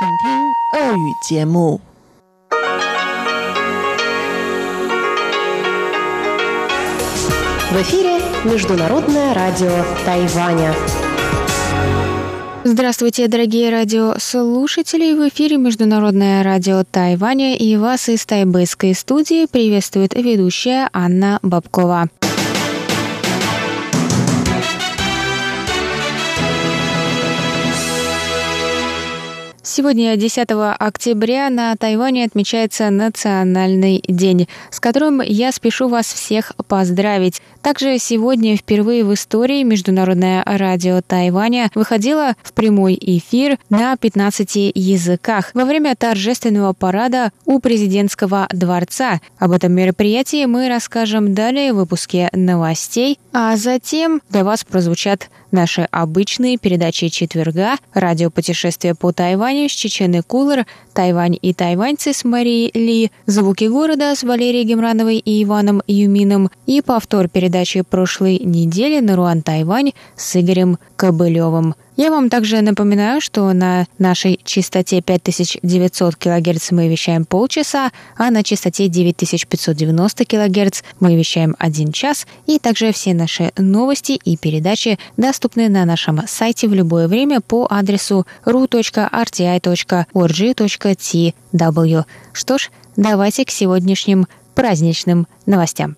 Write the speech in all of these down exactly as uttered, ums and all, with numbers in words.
请听俄语节目。 В эфире Международное радио Тайваня. Здравствуйте, дорогие радиослушатели! В эфире Международное радио Тайваня, и вас из тайбэйской студии приветствует ведущая Анна Бабкова. Сегодня, десятого октября, на Тайване отмечается Национальный день, с которым я спешу вас всех поздравить. Также сегодня впервые в истории Международное радио Тайваня выходило в прямой эфир на пятнадцати языках во время торжественного парада у президентского дворца. Об этом мероприятии мы расскажем далее в выпуске новостей, а затем для вас прозвучат наши обычные передачи четверга, радиопутешествие по Тайваню с Чеченой Кулер, Тайвань и тайваньцы с Марией Ли, звуки города с Валерией Гемрановой и Иваном Юмином и повтор передачи прошлой недели «Наруан Тайвань» с Игорем Кобылевым. Я вам также напоминаю, что на нашей частоте пять тысяч девятьсот килогерц мы вещаем полчаса, а на частоте девять тысяч пятьсот девяносто килогерц мы вещаем один час, и также все наши новости и передачи доступны на нашем сайте в любое время по адресу ru точка эр ти ай точка орг точка ти дабл ю. Что ж, давайте к сегодняшним праздничным новостям.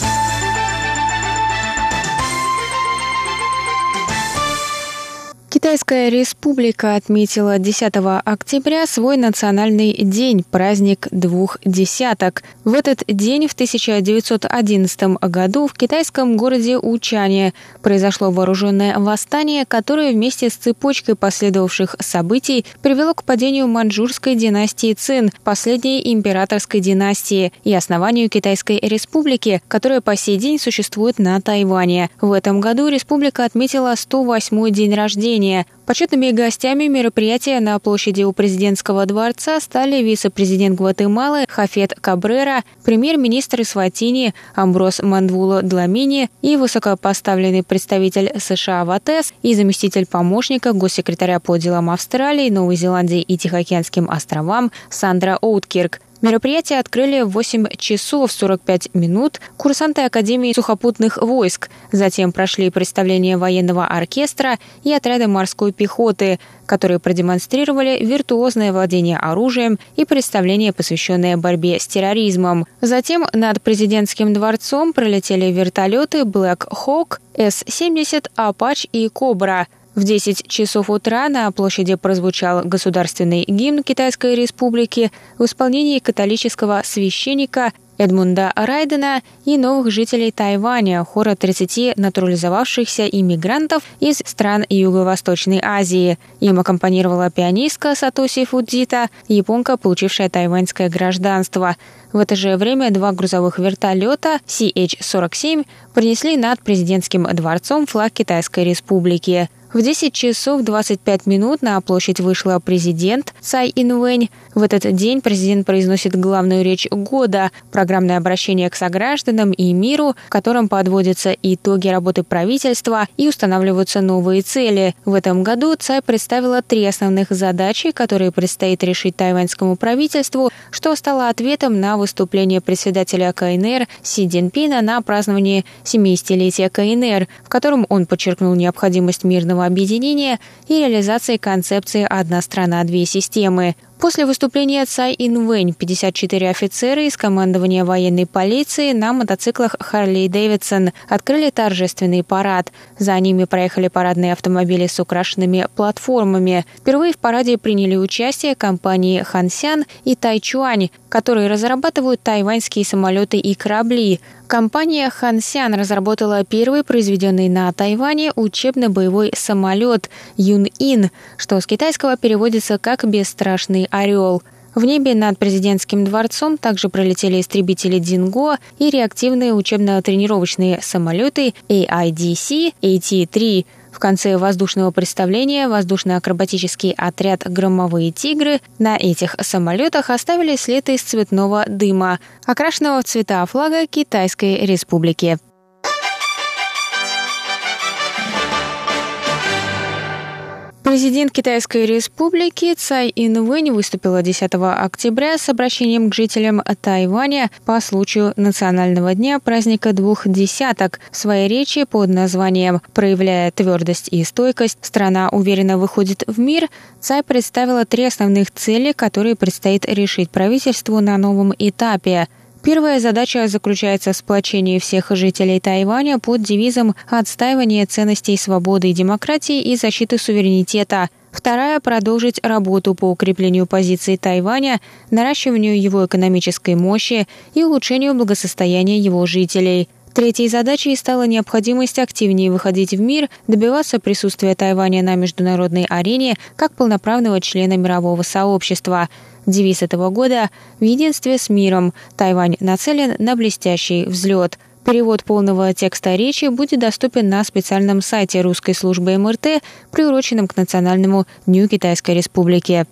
Китайская республика отметила десятого октября свой национальный день, праздник двух десяток. В этот день в тысяча девятьсот одиннадцатом году в китайском городе Учане произошло вооруженное восстание, которое вместе с цепочкой последовавших событий привело к падению маньчжурской династии Цин, последней императорской династии, и основанию Китайской республики, которая по сей день существует на Тайване. В этом году республика отметила сто восьмой день рождения. Почетными гостями мероприятия на площади у президентского дворца стали вице-президент Гватемалы Хафет Кабрера, премьер-министр Эсватини Амброс Мандвуло Дламини и высокопоставленный представитель США в АТЭС и заместитель помощника госсекретаря по делам Австралии, Новой Зеландии и Тихоокеанским островам Сандра Оуткирк. Мероприятие открыли в восемь часов сорок пять минут курсанты Академии сухопутных войск. Затем прошли представления военного оркестра и отряда морской пехоты, которые продемонстрировали виртуозное владение оружием и представление, посвященное борьбе с терроризмом. Затем над президентским дворцом пролетели вертолеты Black Hawk, эс семьдесят, Apache и Cobra. В десять часов утра на площади прозвучал государственный гимн Китайской республики в исполнении католического священника Эдмунда Райдена и новых жителей Тайваня, хора тридцати натурализовавшихся иммигрантов из стран Юго-Восточной Азии. Им аккомпанировала пианистка Сатоси Фудзита, японка, получившая тайваньское гражданство. В это же время два грузовых вертолета си эйч сорок семь принесли над президентским дворцом флаг Китайской республики. В десять часов двадцать пять минут на площадь вышла президент Цай Инвэнь. В этот день президент произносит главную речь года – программное обращение к согражданам и миру, в котором подводятся итоги работы правительства и устанавливаются новые цели. В этом году Цай представила три основных задачи, которые предстоит решить тайваньскому правительству, что стало ответом на выступление председателя ка эн эр Си Цзиньпина на праздновании семидесятилетия ка эн эр, в котором он подчеркнул необходимость мирного объединения и реализации концепции «Одна страна, две системы». После выступления Цай Инвэнь пятьдесят четыре офицера из командования военной полиции на мотоциклах Харли Дэвидсон открыли торжественный парад. За ними проехали парадные автомобили с украшенными платформами. Впервые в параде приняли участие компании Хансян и Тайчуань, которые разрабатывают тайваньские самолеты и корабли. Компания Хансян разработала первый произведенный на Тайване учебно-боевой самолет Юн-Ин, что с китайского переводится как «бесстрашный орел». В небе над президентским дворцом также пролетели истребители Динго и реактивные учебно-тренировочные самолеты эй ай ди си эй ти три. В конце воздушного представления воздушно-акробатический отряд «Громовые тигры» на этих самолетах оставили след из цветного дыма, окрашенного в цвета флага Китайской Республики. Президент Китайской Республики Цай Ин-вэнь выступила десятого октября с обращением к жителям Тайваня по случаю Национального дня праздника двух десяток. В своей речи под названием «Проявляя твердость и стойкость, страна уверенно выходит в мир», Цай представила три основных цели, которые предстоит решить правительству на новом этапе. Первая задача заключается в сплочении всех жителей Тайваня под девизом «Отстаивание ценностей свободы и демократии и защиты суверенитета». Вторая – продолжить работу по укреплению позиций Тайваня, наращиванию его экономической мощи и улучшению благосостояния его жителей. Третьей задачей стала необходимость активнее выходить в мир, добиваться присутствия Тайваня на международной арене как полноправного члена мирового сообщества. Девиз этого года «В единстве с миром. Тайвань нацелен на блестящий взлет». Перевод полного текста речи будет доступен на специальном сайте русской службы эм эр тэ, приуроченном к Национальному дню Китайской Республики.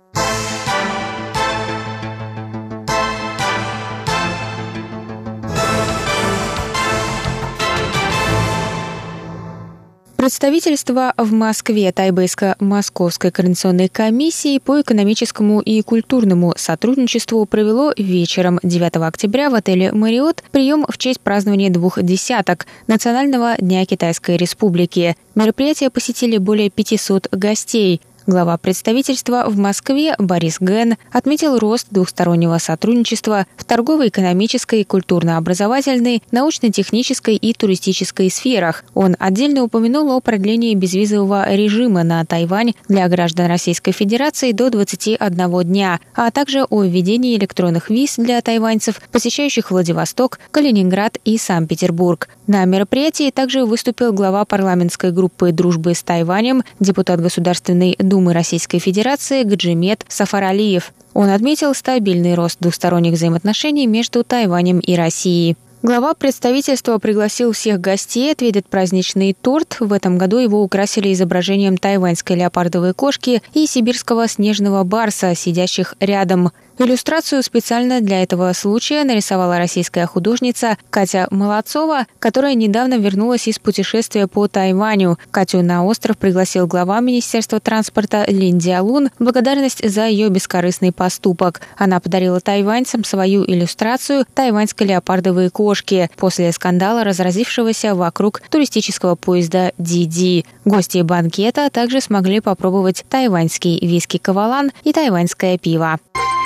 Представительство в Москве Тайбэйско-Московской координационной комиссии по экономическому и культурному сотрудничеству провело вечером девятого октября в отеле «Марриотт» прием в честь празднования двух десяток Национального дня Китайской Республики. Мероприятие посетили более пятисот гостей. Глава представительства в Москве Борис Ген отметил рост двухстороннего сотрудничества в торгово-экономической, культурно-образовательной, научно-технической и туристической сферах. Он отдельно упомянул о продлении безвизового режима на Тайвань для граждан Российской Федерации до двадцати одного дня, а также о введении электронных виз для тайваньцев, посещающих Владивосток, Калининград и Санкт-Петербург. На мероприятии также выступил глава парламентской группы дружбы с Тайванем, депутат Государственной Думы Думы Российской Федерации Гаджимет Сафаралиев. Он отметил стабильный рост двусторонних взаимоотношений между Тайванем и Россией. Глава представительства пригласил всех гостей отведать праздничный торт. В этом году его украсили изображением тайваньской леопардовой кошки и сибирского снежного барса, сидящих рядом. Иллюстрацию специально для этого случая нарисовала российская художница Катя Молодцова, которая недавно вернулась из путешествия по Тайваню. Катю на остров пригласил глава Министерства транспорта Лин Диалун в благодарность за ее бескорыстный поступок. Она подарила тайваньцам свою иллюстрацию тайваньской леопардовой кошки после скандала, разразившегося вокруг туристического поезда Диди. Гости банкета также смогли попробовать тайваньский виски-кавалан и тайваньское пиво.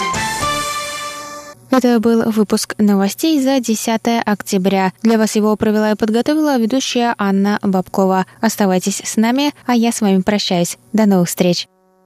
Это был выпуск новостей за десятое октября. Для вас его провела и подготовила ведущая Анна Бабкова. Оставайтесь с нами, а я с вами прощаюсь. До новых встреч.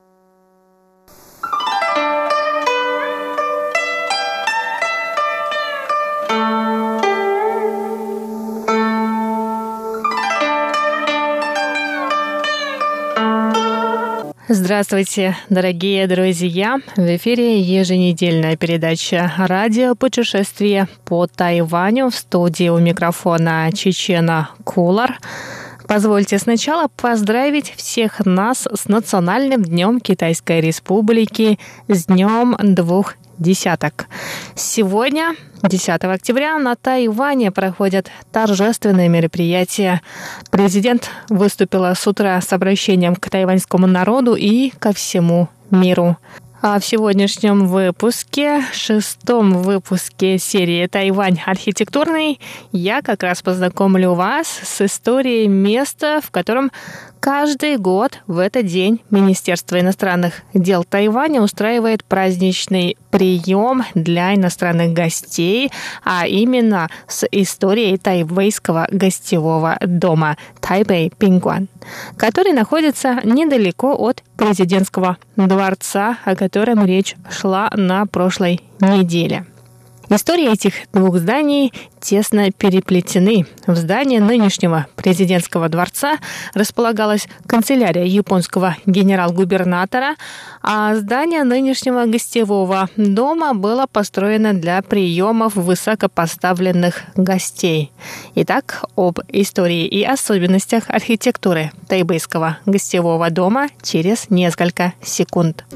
Здравствуйте, дорогие друзья! В эфире еженедельная передача «Радио путешествие по Тайваню». В студии у микрофона Чечена Кулар. Позвольте сначала поздравить всех нас с Национальным днем Китайской Республики, с Днем двух десяток. Сегодня, десятого октября, на Тайване проходят торжественные мероприятия. Президент выступила с утра с обращением к тайваньскому народу и ко всему миру. А в сегодняшнем выпуске, шестом выпуске серии «Тайвань архитектурный», я как раз познакомлю вас с историей места, в котором каждый год в этот день Министерство иностранных дел Тайваня устраивает праздничный прием для иностранных гостей, а именно с историей тайбэйского гостевого дома Тайбэй Пингуан, который находится недалеко от президентского дворца, о котором речь шла на прошлой неделе. Истории этих двух зданий тесно переплетены. В здании нынешнего президентского дворца располагалась канцелярия японского генерал-губернатора, а здание нынешнего гостевого дома было построено для приемов высокопоставленных гостей. Итак, об истории и особенностях архитектуры тайбэйского гостевого дома через несколько секунд.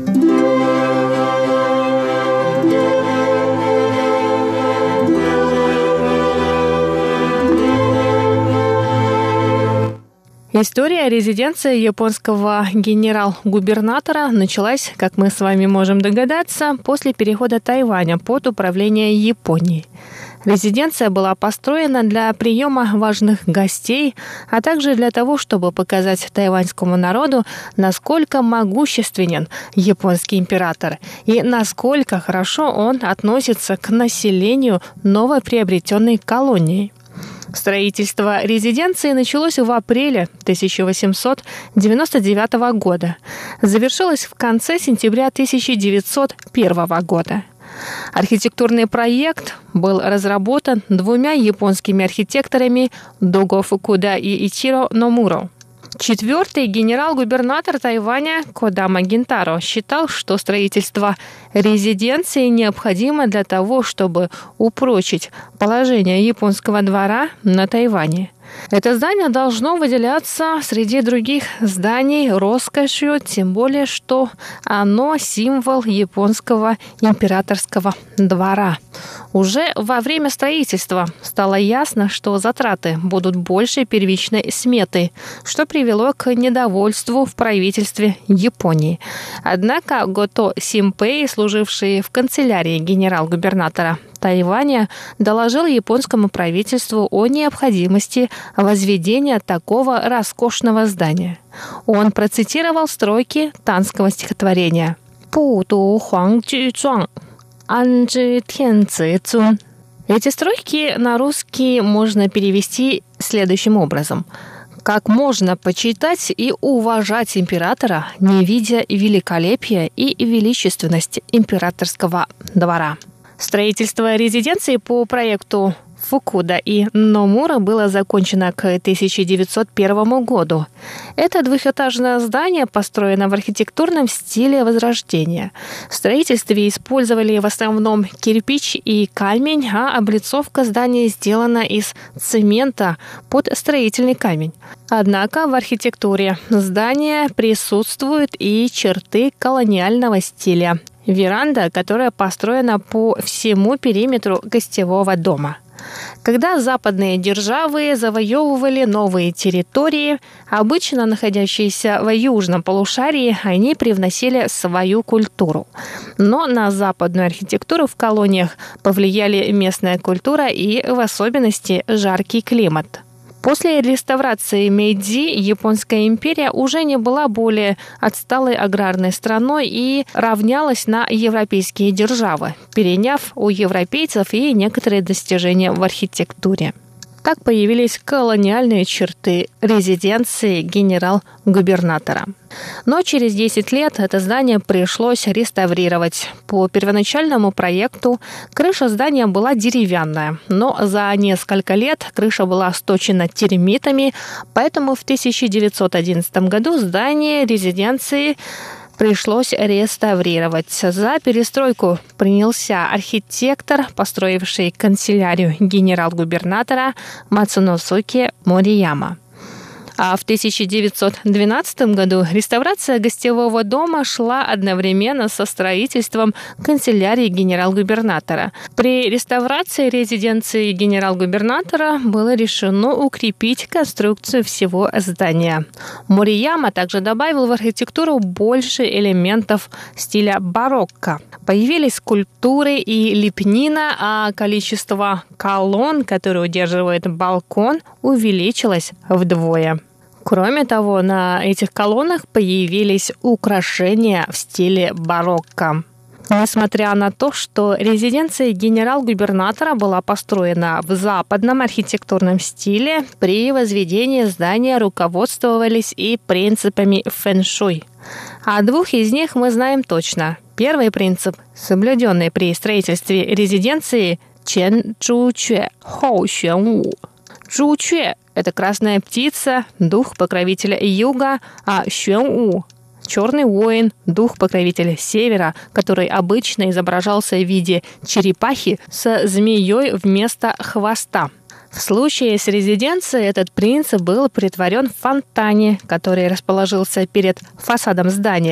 История резиденции японского генерал-губернатора началась, как мы с вами можем догадаться, после перехода Тайваня под управление Японии. Резиденция была построена для приема важных гостей, а также для того, чтобы показать тайваньскому народу, насколько могущественен японский император и насколько хорошо он относится к населению новоприобретенной колонии. Строительство резиденции началось в апреле тысяча восемьсот девяносто девятого года, завершилось в конце сентября тысяча девятьсот первого года. Архитектурный проект был разработан двумя японскими архитекторами Дого Фукуда и Ичиро Номуро. Четвертый генерал-губернатор Тайваня Кодама Гентаро считал, что строительство резиденции необходимо для того, чтобы упрочить положение японского двора на Тайване. Это здание должно выделяться среди других зданий роскошью, тем более, что оно символ японского императорского двора. Уже во время строительства стало ясно, что затраты будут больше первичной сметы, что привело к недовольству в правительстве Японии. Однако Гото Симпэй, служивший в канцелярии генерал-губернатора Тайваня, доложил японскому правительству о необходимости возведения такого роскошного здания. Он процитировал строки танского стихотворения «Пу ту хуанг джу чуан, ан зhi тян ци цун». Эти строки на русский можно перевести следующим образом. Как можно почитать и уважать императора, не видя великолепия и величественности императорского двора? Строительство резиденции по проекту Фукуда и Номуро было закончено к тысяча девятьсот первому году. Это двухэтажное здание построено в архитектурном стиле Возрождения. В строительстве использовали в основном кирпич и камень, а облицовка здания сделана из цемента под строительный камень. Однако в архитектуре здания присутствуют и черты колониального стиля. Веранда, которая построена по всему периметру гостевого дома. Когда западные державы завоевывали новые территории, обычно находящиеся в южном полушарии, они привносили свою культуру. Но на западную архитектуру в колониях повлияли местная культура и, в особенности, жаркий климат. После реставрации Мэйдзи Японская империя уже не была более отсталой аграрной страной и равнялась на европейские державы, переняв у европейцев и некоторые достижения в архитектуре. Так появились колониальные черты резиденции генерал-губернатора. Но через десять лет это здание пришлось реставрировать. По первоначальному проекту крыша здания была деревянная, но за несколько лет крыша была сточена термитами, поэтому в тысяча девятьсот одиннадцатом году здание резиденции пришлось реставрировать. За перестройку принялся архитектор, построивший канцелярию генерал-губернатора Мацуносуке Морияма. А в тысяча девятьсот двенадцатом году реставрация гостевого дома шла одновременно со строительством канцелярии генерал-губернатора. При реставрации резиденции генерал-губернатора было решено укрепить конструкцию всего здания. Морияма также добавил в архитектуру больше элементов стиля барокко. Появились скульптуры и лепнина, а количество колонн, которые удерживают балкон, увеличилось вдвое. Кроме того, на этих колоннах появились украшения в стиле барокко. Несмотря на то, что резиденция генерал-губернатора была построена в западном архитектурном стиле, при возведении здания руководствовались и принципами фэн-шуй. О двух из них мы знаем точно. Первый принцип, соблюденный при строительстве резиденции, чэн чжу чуэ, хоу xuan wu. Чжу чуэ – это красная птица, дух покровителя юга, а xuan wu – черный воин, дух покровителя севера, который обычно изображался в виде черепахи со змеей вместо хвоста. В случае с резиденцией этот принцип был претворен в фонтане, который расположился перед фасадом здания.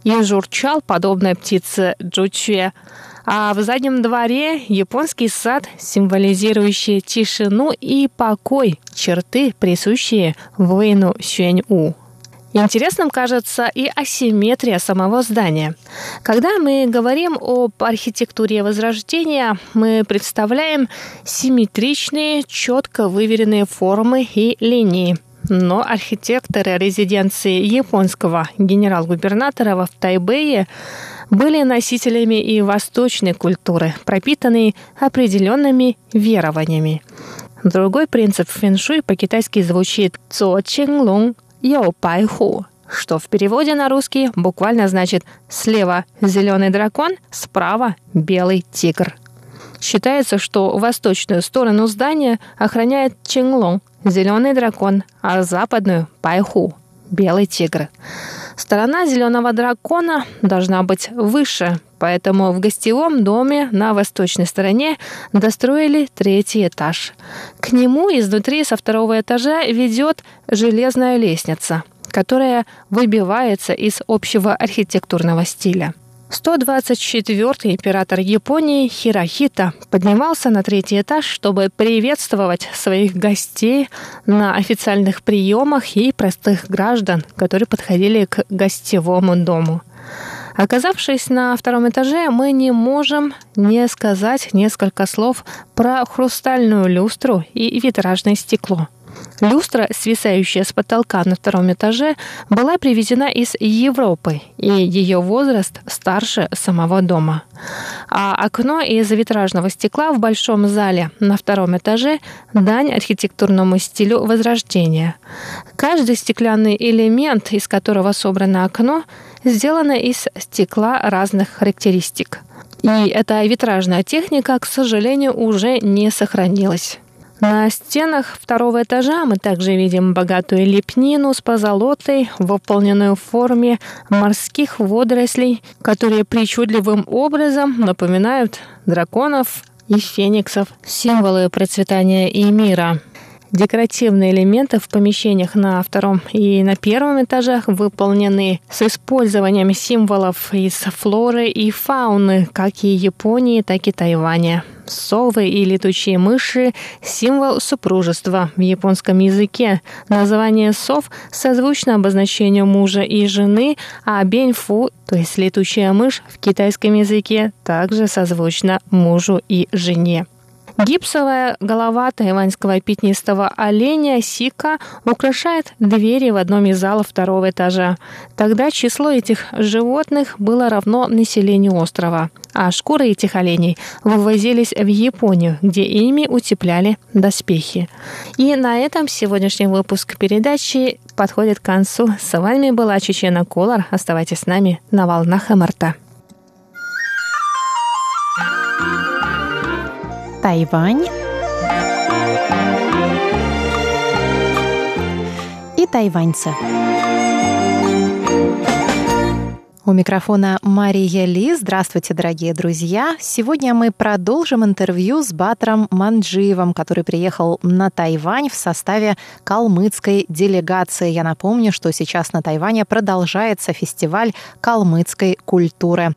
и журчал, подобно птице джучуэ. А в заднем дворе японский сад, символизирующий тишину и покой, черты, присущие воину Сюань-У. Интересным кажется и асимметрия самого здания. Когда мы говорим об архитектуре Возрождения, мы представляем симметричные, четко выверенные формы и линии. Но архитекторы резиденции японского генерал-губернатора в Тайбэе были носителями и восточной культуры, пропитанной определенными верованиями. Другой принцип фэншуй по-китайски звучит «цо чэнь лунг яо пай ху», что в переводе на русский буквально значит «слева зеленый дракон, справа белый тигр». Считается, что восточную сторону здания охраняет Чэньлунг, зеленый дракон, а западную – Пайху, белый тигр. Сторона зеленого дракона должна быть выше, поэтому в гостевом доме на восточной стороне достроили третий этаж. К нему изнутри со второго этажа ведет железная лестница, которая выбивается из общего архитектурного стиля. сто двадцать четвёртый император Японии Хирохита поднимался на третий этаж, чтобы приветствовать своих гостей на официальных приемах и простых граждан, которые подходили к гостевому дому. Оказавшись на втором этаже, мы не можем не сказать несколько слов про хрустальную люстру и витражное стекло. Люстра, свисающая с потолка на втором этаже, была привезена из Европы, и ее возраст старше самого дома. А окно из витражного стекла в большом зале на втором этаже – дань архитектурному стилю Возрождения. Каждый стеклянный элемент, из которого собрано окно, сделано из стекла разных характеристик. И эта витражная техника, к сожалению, уже не сохранилась. На стенах второго этажа мы также видим богатую лепнину с позолотой, выполненную в форме морских водорослей, которые причудливым образом напоминают драконов и фениксов, символы процветания и мира. Декоративные элементы в помещениях на втором и на первом этажах выполнены с использованием символов из флоры и фауны, как и Японии, так и Тайваня. Совы и летучие мыши – символ супружества в японском языке. Название сов созвучно обозначению мужа и жены, а беньфу, то есть летучая мышь, в китайском языке также созвучно мужу и жене. Гипсовая голова тайваньского пятнистого оленя сика украшает двери в одном из залов второго этажа. Тогда число этих животных было равно населению острова, а шкуры этих оленей вывозились в Японию, где ими утепляли доспехи. И на этом сегодняшний выпуск передачи подходит к концу. С вами была Чечена Колор. Оставайтесь с нами на волнах эм эр тэ. Тайвань и тайваньцы. У микрофона Мария Ли. Здравствуйте, дорогие друзья! Сегодня мы продолжим интервью с Батром Манджиевым, который приехал на Тайвань в составе калмыцкой делегации. Я напомню, что сейчас на Тайване продолжается фестиваль калмыцкой культуры.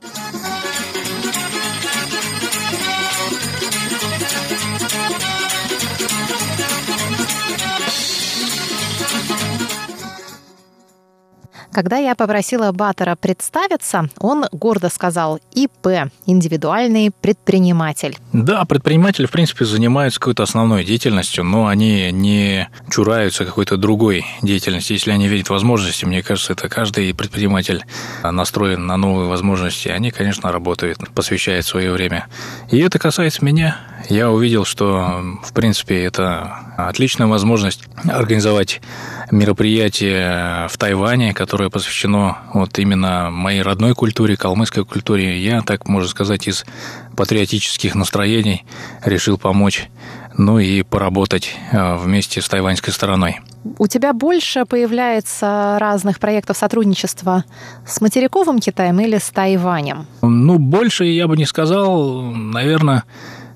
Когда я попросила Батора представиться, он гордо сказал «И П» – индивидуальный предприниматель. Да, предприниматели, в принципе, занимаются какой-то основной деятельностью, но они не чураются какой-то другой деятельности. Если они видят возможности, мне кажется, это каждый предприниматель настроен на новые возможности. Они, конечно, работают, посвящают свое время. И это касается меня. Я увидел, что, в принципе, это отличная возможность организовать мероприятие в Тайване, которое посвящено вот именно моей родной культуре, калмыцкой культуре. Я, так можно сказать, из патриотических настроений решил помочь, ну и поработать вместе с тайваньской стороной. У тебя больше появляется разных проектов сотрудничества с материковым Китаем или с Тайванем? Ну, больше я бы не сказал. Наверное,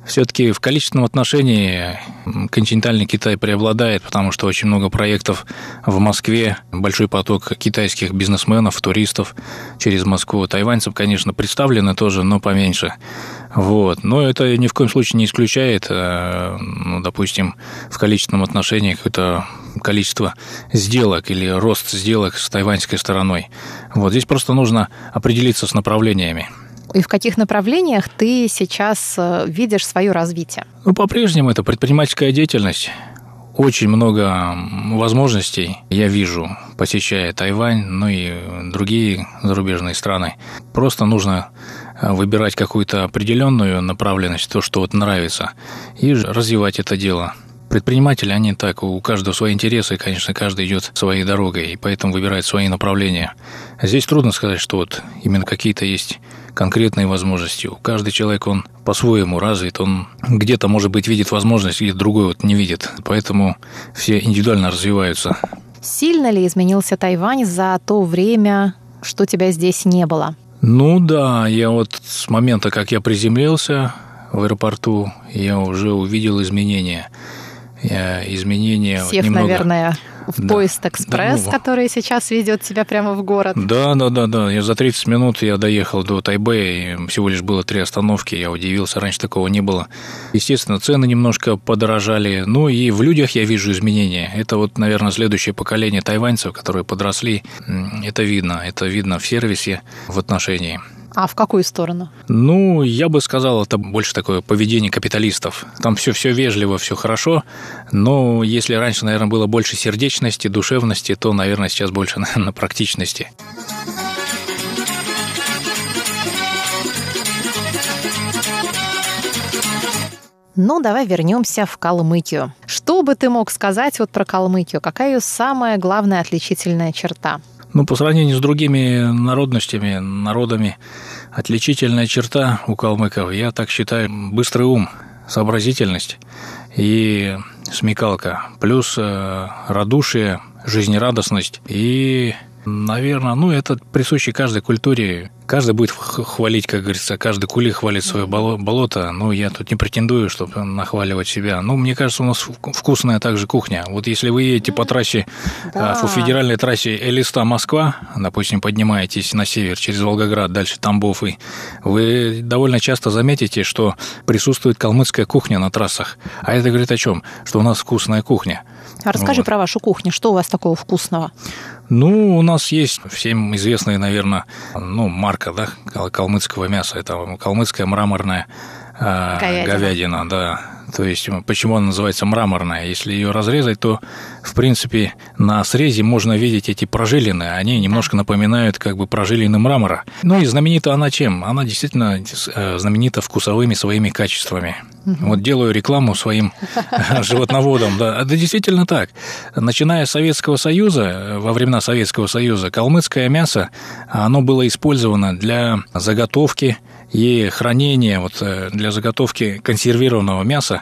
Все-таки в количественном отношении континентальный Китай преобладает, потому что очень много проектов в Москве, большой поток китайских бизнесменов, туристов через Москву. Тайваньцев, конечно, представлены тоже, но поменьше. Вот. Но это ни в коем случае не исключает, ну, допустим, в количественном отношении какое-то количество сделок или рост сделок с тайваньской стороной. Вот. Здесь просто нужно определиться с направлениями. И в каких направлениях ты сейчас видишь свое развитие? Ну, по-прежнему это предпринимательская деятельность. Очень много возможностей я вижу, посещая Тайвань, ну и другие зарубежные страны. Просто нужно выбирать какую-то определенную направленность, то, что вот нравится, и развивать это дело. Предприниматели, они так, у каждого свои интересы, и, конечно, каждый идет своей дорогой, и поэтому выбирает свои направления. Здесь трудно сказать, что вот именно какие-то есть конкретные возможности. Каждый человек, он по-своему развит, он где-то, может быть, видит возможность, где-то другой вот не видит. Поэтому все индивидуально развиваются. Сильно ли изменился Тайвань за то время, что тебя здесь не было? Ну да, я вот с момента, как я приземлился в аэропорту, я уже увидел изменения. Изменения Сев, немного... наверное, в да. поезд «Экспресс», да, ну... который сейчас ведет тебя прямо в город. Да, да, да, да. Я за тридцать минут я доехал до Тайбэя, и всего лишь было три остановки. Я удивился, раньше такого не было. Естественно, цены немножко подорожали. Ну и в людях я вижу изменения. Это вот, наверное, следующее поколение тайваньцев, которые подросли. Это видно. Это видно в сервисе, в отношении. А в какую сторону? Ну, я бы сказал, это больше такое поведение капиталистов. Там все, все вежливо, все хорошо, но если раньше, наверное, было больше сердечности, душевности, то, наверное, сейчас больше на, на практичности. Ну, давай вернемся в Калмыкию. Что бы ты мог сказать вот про Калмыкию? Какая ее самая главная отличительная черта? Ну, по сравнению с другими народностями, народами, отличительная черта у калмыков, я так считаю, быстрый ум, сообразительность и смекалка, плюс радушие, жизнерадостность и, наверное, ну, это присуще каждой культуре. Каждый будет хвалить, как говорится, каждый кули хвалит свое болото. Ну, я тут не претендую, чтобы нахваливать себя. Ну, мне кажется, у нас вкусная также кухня. Вот если вы едете по трассе, да. по федеральной трассе Элиста-Москва, допустим, поднимаетесь на север через Волгоград, дальше Тамбов, и вы довольно часто заметите, что присутствует калмыцкая кухня на трассах. А это говорит о чем? Что у нас вкусная кухня. А расскажи вот. про вашу кухню. Что у вас такого вкусного? Ну, у нас есть всем известная, наверное, ну, марка, да, калмыцкого мяса. Это калмыцкая мраморная э, говядина. говядина, да. То есть, почему она называется мраморная? Если ее разрезать, то, в принципе, на срезе можно видеть эти прожилины. Они немножко напоминают как бы прожилины мрамора. Ну и знаменита она чем? Она действительно знаменита вкусовыми своими качествами. Угу. Вот делаю рекламу своим животноводам. Да, это действительно так. Начиная с Советского Союза, во времена Советского Союза, калмыцкое мясо, оно было использовано для заготовки и хранения, вот, для заготовки консервированного мяса,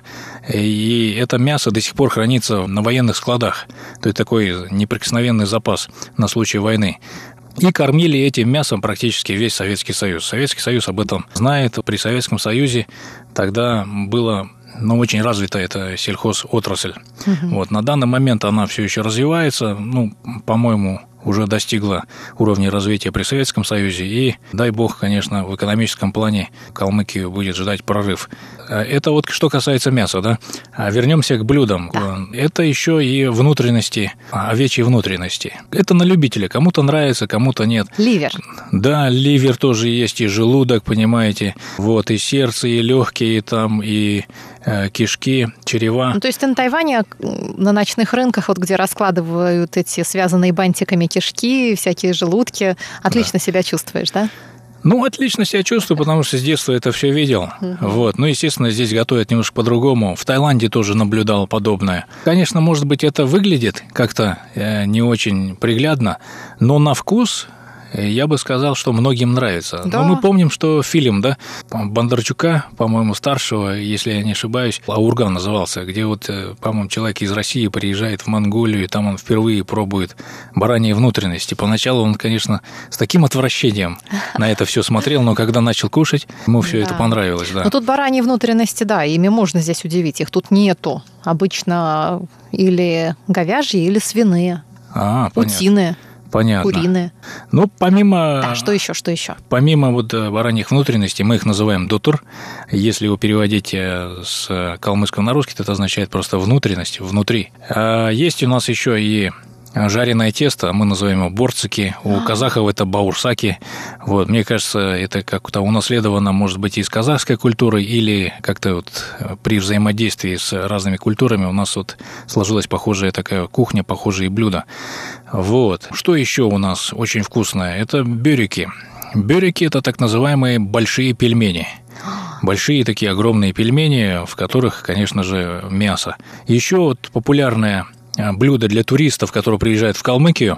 и это мясо до сих пор хранится на военных складах, то есть такой неприкосновенный запас на случай войны. И кормили этим мясом практически весь Советский Союз. Советский Союз об этом знает. При Советском Союзе тогда было... но очень развита эта сельхозотрасль. Угу. Вот, на данный момент она все еще развивается, ну, по-моему, уже достигла уровня развития при Советском Союзе, и, дай бог, конечно, в экономическом плане Калмыкию будет ждать прорыв. Это вот что касается мяса, да? А вернемся к блюдам. Да. Это еще и внутренности, овечьи внутренности. Это на любителя. Кому-то нравится, кому-то нет. Ливер. Да, ливер тоже есть, и желудок, понимаете, вот, и сердце, и легкие там, и кишки, черева. Ну, то есть ты на Тайване на ночных рынках, вот где раскладывают эти связанные бантиками кишки, всякие желудки, отлично да. себя чувствуешь, да? Ну, отлично себя чувствую, потому что с детства это все видел. Uh-huh. Вот. Ну, естественно, здесь готовят немножко по-другому. В Таиланде тоже наблюдал подобное. Конечно, может быть, это выглядит как-то не очень приглядно, но на вкус я бы сказал, что многим нравится. Да. Но мы помним, что фильм, да, Бондарчука, по-моему, старшего, если я не ошибаюсь, «Аурган» назывался, где вот, по-моему, человек из России приезжает в Монголию, и там он впервые пробует бараньи внутренности. Поначалу он, конечно, с таким отвращением на это все смотрел, но когда начал кушать, ему все Да. это понравилось. Да. Но тут бараньи внутренности, да, ими можно здесь удивить, их тут нету. Обычно или говяжьи, или свиные, А, понятно. утиные, Понятно. куриные. Ну, помимо... Да, что еще, что еще? Помимо вот бараньих внутренностей, мы их называем дотур. Если его переводить с калмыцкого на русский, то это означает просто внутренность, внутри. А есть у нас еще и жареное тесто, мы называем его борцики, у казахов это баурсаки. Вот, мне кажется, это как-то унаследовано, может быть, из казахской культуры, или как-то вот при взаимодействии с разными культурами у нас вот сложилась похожая такая кухня, похожие блюда. Вот. Что еще у нас очень вкусное? Это бёрики. Бёрики – это так называемые большие пельмени. Большие такие огромные пельмени, в которых, конечно же, мясо. Еще вот популярное блюдо для туристов, которые приезжают в Калмыкию,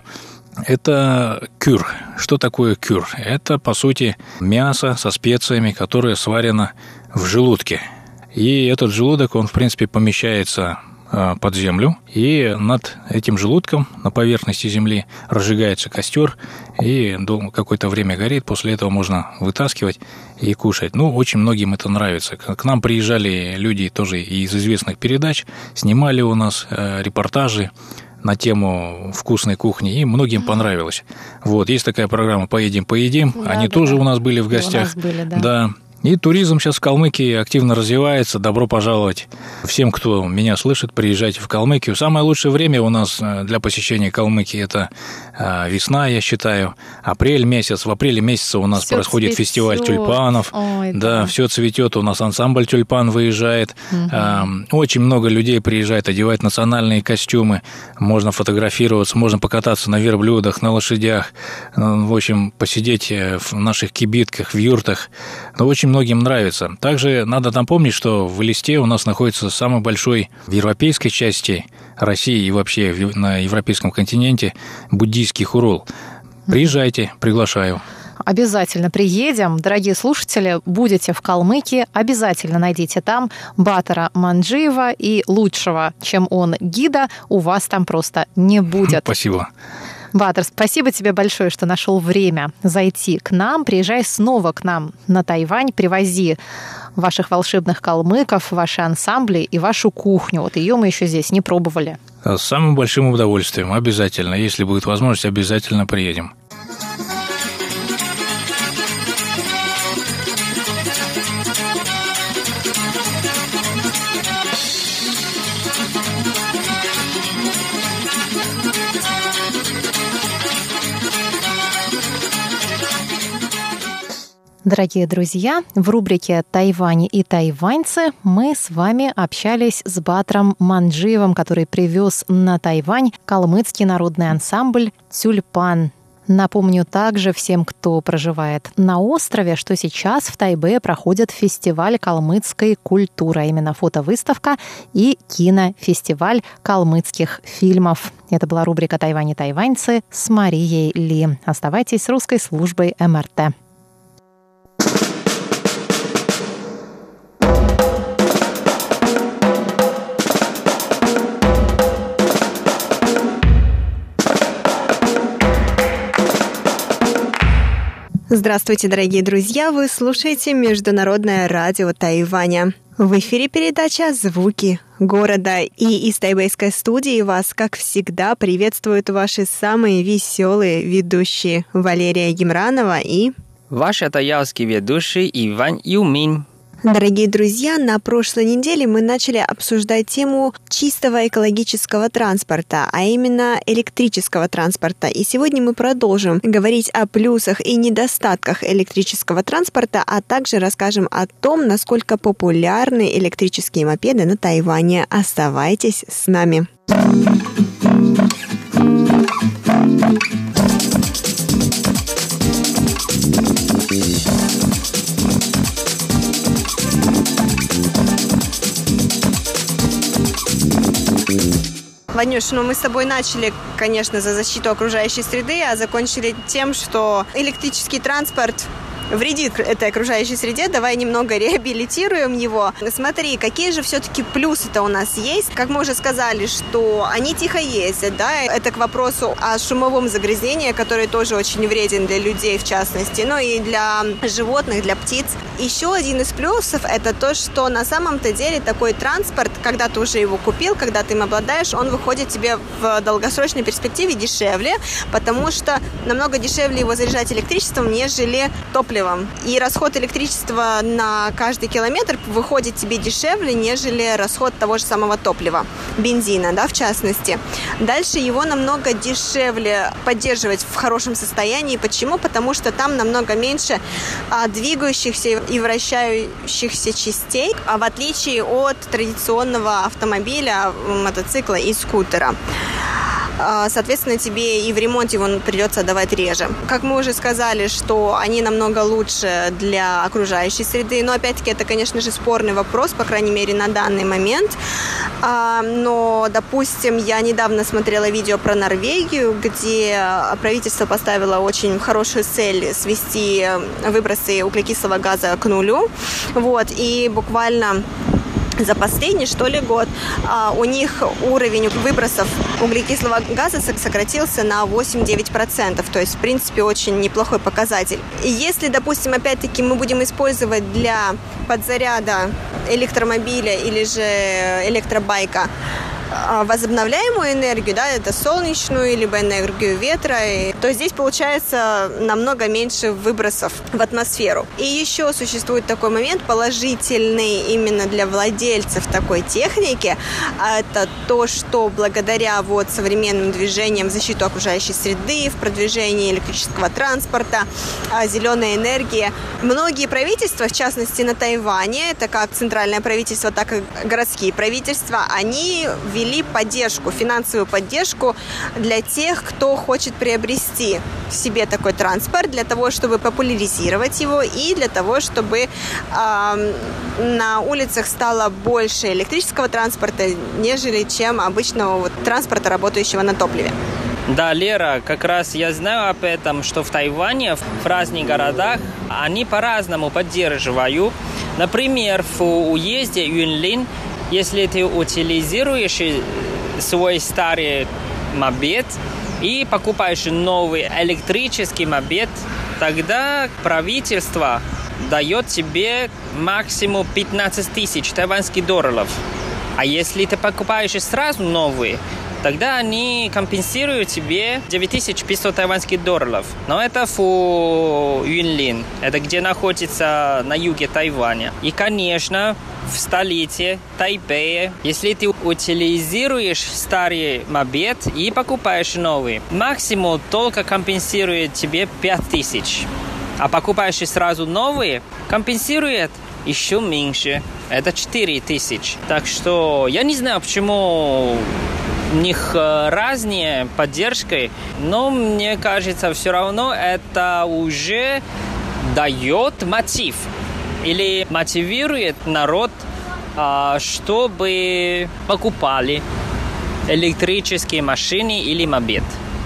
это кюр. Что такое кюр? Это, по сути, мясо со специями, которое сварено в желудке. И этот желудок, он, в принципе, помещается под землю, и над этим желудком, на поверхности земли, разжигается костер, и какое-то время горит, после этого можно вытаскивать и кушать. Ну, очень многим это нравится. К нам приезжали люди тоже из известных передач, снимали у нас репортажи на тему вкусной кухни, и многим понравилось. Вот, есть такая программа «Поедем, поедим», да, они да, тоже да. у нас были в гостях. У нас были, да. да. И туризм сейчас в Калмыкии активно развивается. Добро пожаловать всем, кто меня слышит, приезжайте в Калмыкию. Самое лучшее время у нас для посещения Калмыкии – это весна, я считаю, апрель месяц. В апреле месяце у нас всё происходит цветет. Фестиваль тюльпанов. Ой, да, да, все цветет. У нас ансамбль «Тюльпан» выезжает. Угу. Очень много людей приезжает, одевают национальные костюмы. Можно фотографироваться, можно покататься на верблюдах, на лошадях. В общем, посидеть в наших кибитках, в юртах. Но очень многим нравится. Также надо там помнить, что в Элисте у нас находится самый большой в европейской части России и вообще на европейском континенте буддийский хурул. Приезжайте, приглашаю. Обязательно приедем. Дорогие слушатели, будете в Калмыкии, обязательно найдите там Батара Манджиева, и лучшего, чем он, гида, у вас там просто не будет. Спасибо. Батар, спасибо тебе большое, что нашел время зайти к нам. Приезжай снова к нам на Тайвань, привози ваших волшебных калмыков, ваши ансамбли и вашу кухню. Вот ее мы еще здесь не пробовали. С самым большим удовольствием, обязательно. Если будет возможность, обязательно приедем. Дорогие друзья, в рубрике «Тайвань и тайваньцы» мы с вами общались с Батром Манджиевым, который привез на Тайвань калмыцкий народный ансамбль «Тюльпан». Напомню также всем, кто проживает на острове, что сейчас в Тайбэе проходит фестиваль калмыцкой культуры, а именно фотовыставка и кинофестиваль калмыцких фильмов. Это была рубрика «Тайвань и тайваньцы» с Марией Ли. Оставайтесь с русской службой эм эр тэ. Здравствуйте, дорогие друзья! Вы слушаете Международное радио Тайваня. В эфире передача «Звуки города». И из тайбэйской студии вас, как всегда, приветствуют ваши самые веселые ведущие Валерия Гимранова и... Ваш таялский ведущий Иван Юмин. Дорогие друзья, на прошлой неделе мы начали обсуждать тему чистого экологического транспорта, а именно электрического транспорта. И сегодня мы продолжим говорить о плюсах и недостатках электрического транспорта, а также расскажем о том, насколько популярны электрические мопеды на Тайване. Оставайтесь с нами. Ванюш, ну мы с тобой начали, конечно, за защиту окружающей среды, а закончили тем, что электрический транспорт вредит этой окружающей среде. Давай немного реабилитируем его. Смотри, какие же все-таки плюсы-то у нас есть. Как мы уже сказали, что они тихо ездят, да, это к вопросу о шумовом загрязнении, который тоже очень вреден для людей в частности, но и для животных, для птиц. Еще один из плюсов – это то, что на самом-то деле такой транспорт, когда ты уже его купил, когда ты им обладаешь, он выходит тебе в долгосрочной перспективе дешевле, потому что намного дешевле его заряжать электричеством, нежели топливом. И расход электричества на каждый километр выходит тебе дешевле, нежели расход того же самого топлива, бензина, да, в частности. Дальше его намного дешевле поддерживать в хорошем состоянии. Почему? Потому что там намного меньше а, двигающихся и вращающихся частей, а в отличие от традиционного автомобиля, мотоцикла и скутера. Соответственно, тебе и в ремонте его придется отдавать реже. Как мы уже сказали, что они намного лучше для окружающей среды, но опять-таки это, конечно же, спорный вопрос, по крайней мере, на данный момент. Но, допустим, я недавно смотрела видео про Норвегию, где правительство поставило очень хорошую цель свести выбросы углекислого газа к нулю. Вот, и буквально за последний, что ли, год а, у них уровень выбросов углекислого газа сократился на восемь-девять процентов. То есть, в принципе, очень неплохой показатель. И если, допустим, опять-таки мы будем использовать для подзаряда электромобиля или же электробайка возобновляемую энергию, да, это солнечную, либо энергию ветра, то здесь получается намного меньше выбросов в атмосферу. И еще существует такой момент положительный именно для владельцев такой техники, это то, что благодаря вот современным движениям в защиту окружающей среды, в продвижении электрического транспорта, зеленой энергии, многие правительства, в частности на Тайване, это как центральное правительство, так и городские правительства, они ввели поддержку, финансовую поддержку для тех, кто хочет приобрести себе такой транспорт, для того, чтобы популяризировать его и для того, чтобы э, на улицах стало больше электрического транспорта, нежели чем обычного вот, транспорта, работающего на топливе. Да, Лера, как раз я знаю об этом, что в Тайване, в разных городах, они по-разному поддерживают. Например, в уезде Юньлин, если ты утилизируешь свой старый мопед и покупаешь новый электрический мопед, тогда правительство дает тебе максимум пятнадцать тысяч тайваньских долларов. А если ты покупаешь сразу новый, тогда они компенсируют тебе девять тысяч пятьсот тайваньских долларов. Но это в Юньлин, это где находится на юге Тайваня. И, конечно, в столице Тайпея, если ты утилизируешь старый мопед и покупаешь новый, максимум только компенсирует тебе пять тысяч. А покупаешь сразу новый, компенсирует еще меньше. Это четыре тысячи. Так что я не знаю, почему у них разные поддержки, но мне кажется, все равно это уже дает мотив или мотивирует народ, чтобы покупали электрические машины или мопед.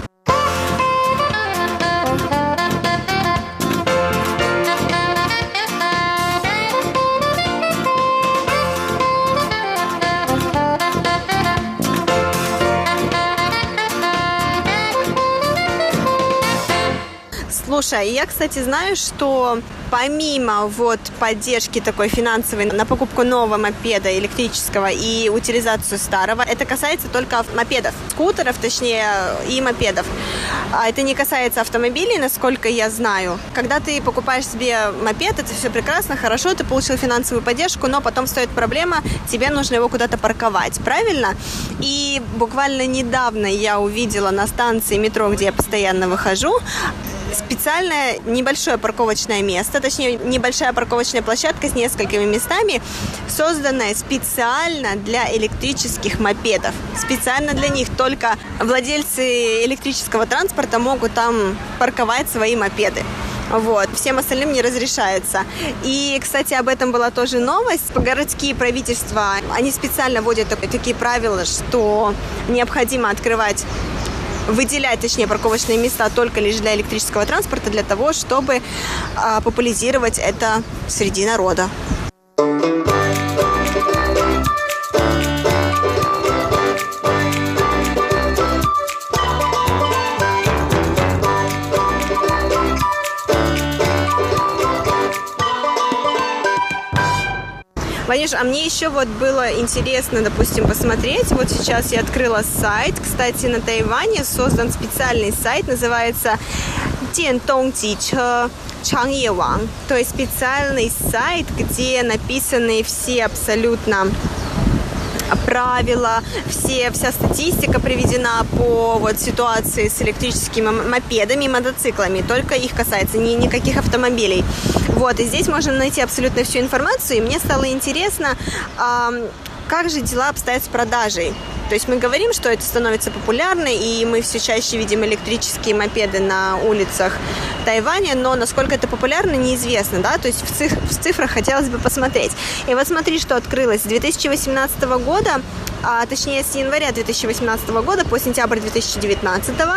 Слушай, я, кстати, знаю, что помимо вот поддержки такой финансовой на покупку нового мопеда электрического и утилизацию старого, это касается только мопедов, скутеров, точнее, и мопедов. А это не касается автомобилей, насколько я знаю. Когда ты покупаешь себе мопед, это все прекрасно, хорошо, ты получил финансовую поддержку, но потом стоит проблема, тебе нужно его куда-то парковать, правильно? И буквально недавно я увидела на станции метро, где я постоянно выхожу, специальное небольшое парковочное место, точнее, небольшая парковочная площадка с несколькими местами, созданная специально для электрических мопедов. Специально для них. Только владельцы электрического транспорта могут там парковать свои мопеды. Вот. Всем остальным не разрешается. И, кстати, об этом была тоже новость. Городские правительства, они специально вводят такие правила, что необходимо открывать, выделять, точнее, парковочные места только лишь для электрического транспорта, для того, чтобы а, популяризировать это среди народа. Ванюш, а мне еще вот было интересно, допустим, посмотреть. Вот сейчас я открыла сайт. Кстати, на Тайване создан специальный сайт, называется Диантонгжиче Чангьеван. То есть специальный сайт, где написаны все абсолютно правила, все, вся статистика приведена по вот, ситуации с электрическими мопедами и мотоциклами. Только их касается, ни, никаких автомобилей. Вот, и здесь можно найти абсолютно всю информацию. И мне стало интересно, а, как же дела обстоят с продажей. То есть мы говорим, что это становится популярно, и мы все чаще видим электрические мопеды на улицах Тайваня, но насколько это популярно, неизвестно, да, то есть в, циф- в цифрах хотелось бы посмотреть. И вот смотри, что открылось. С две тысячи восемнадцатого года, а, точнее с января две тысячи восемнадцатого года по сентябрь две тысячи девятнадцатого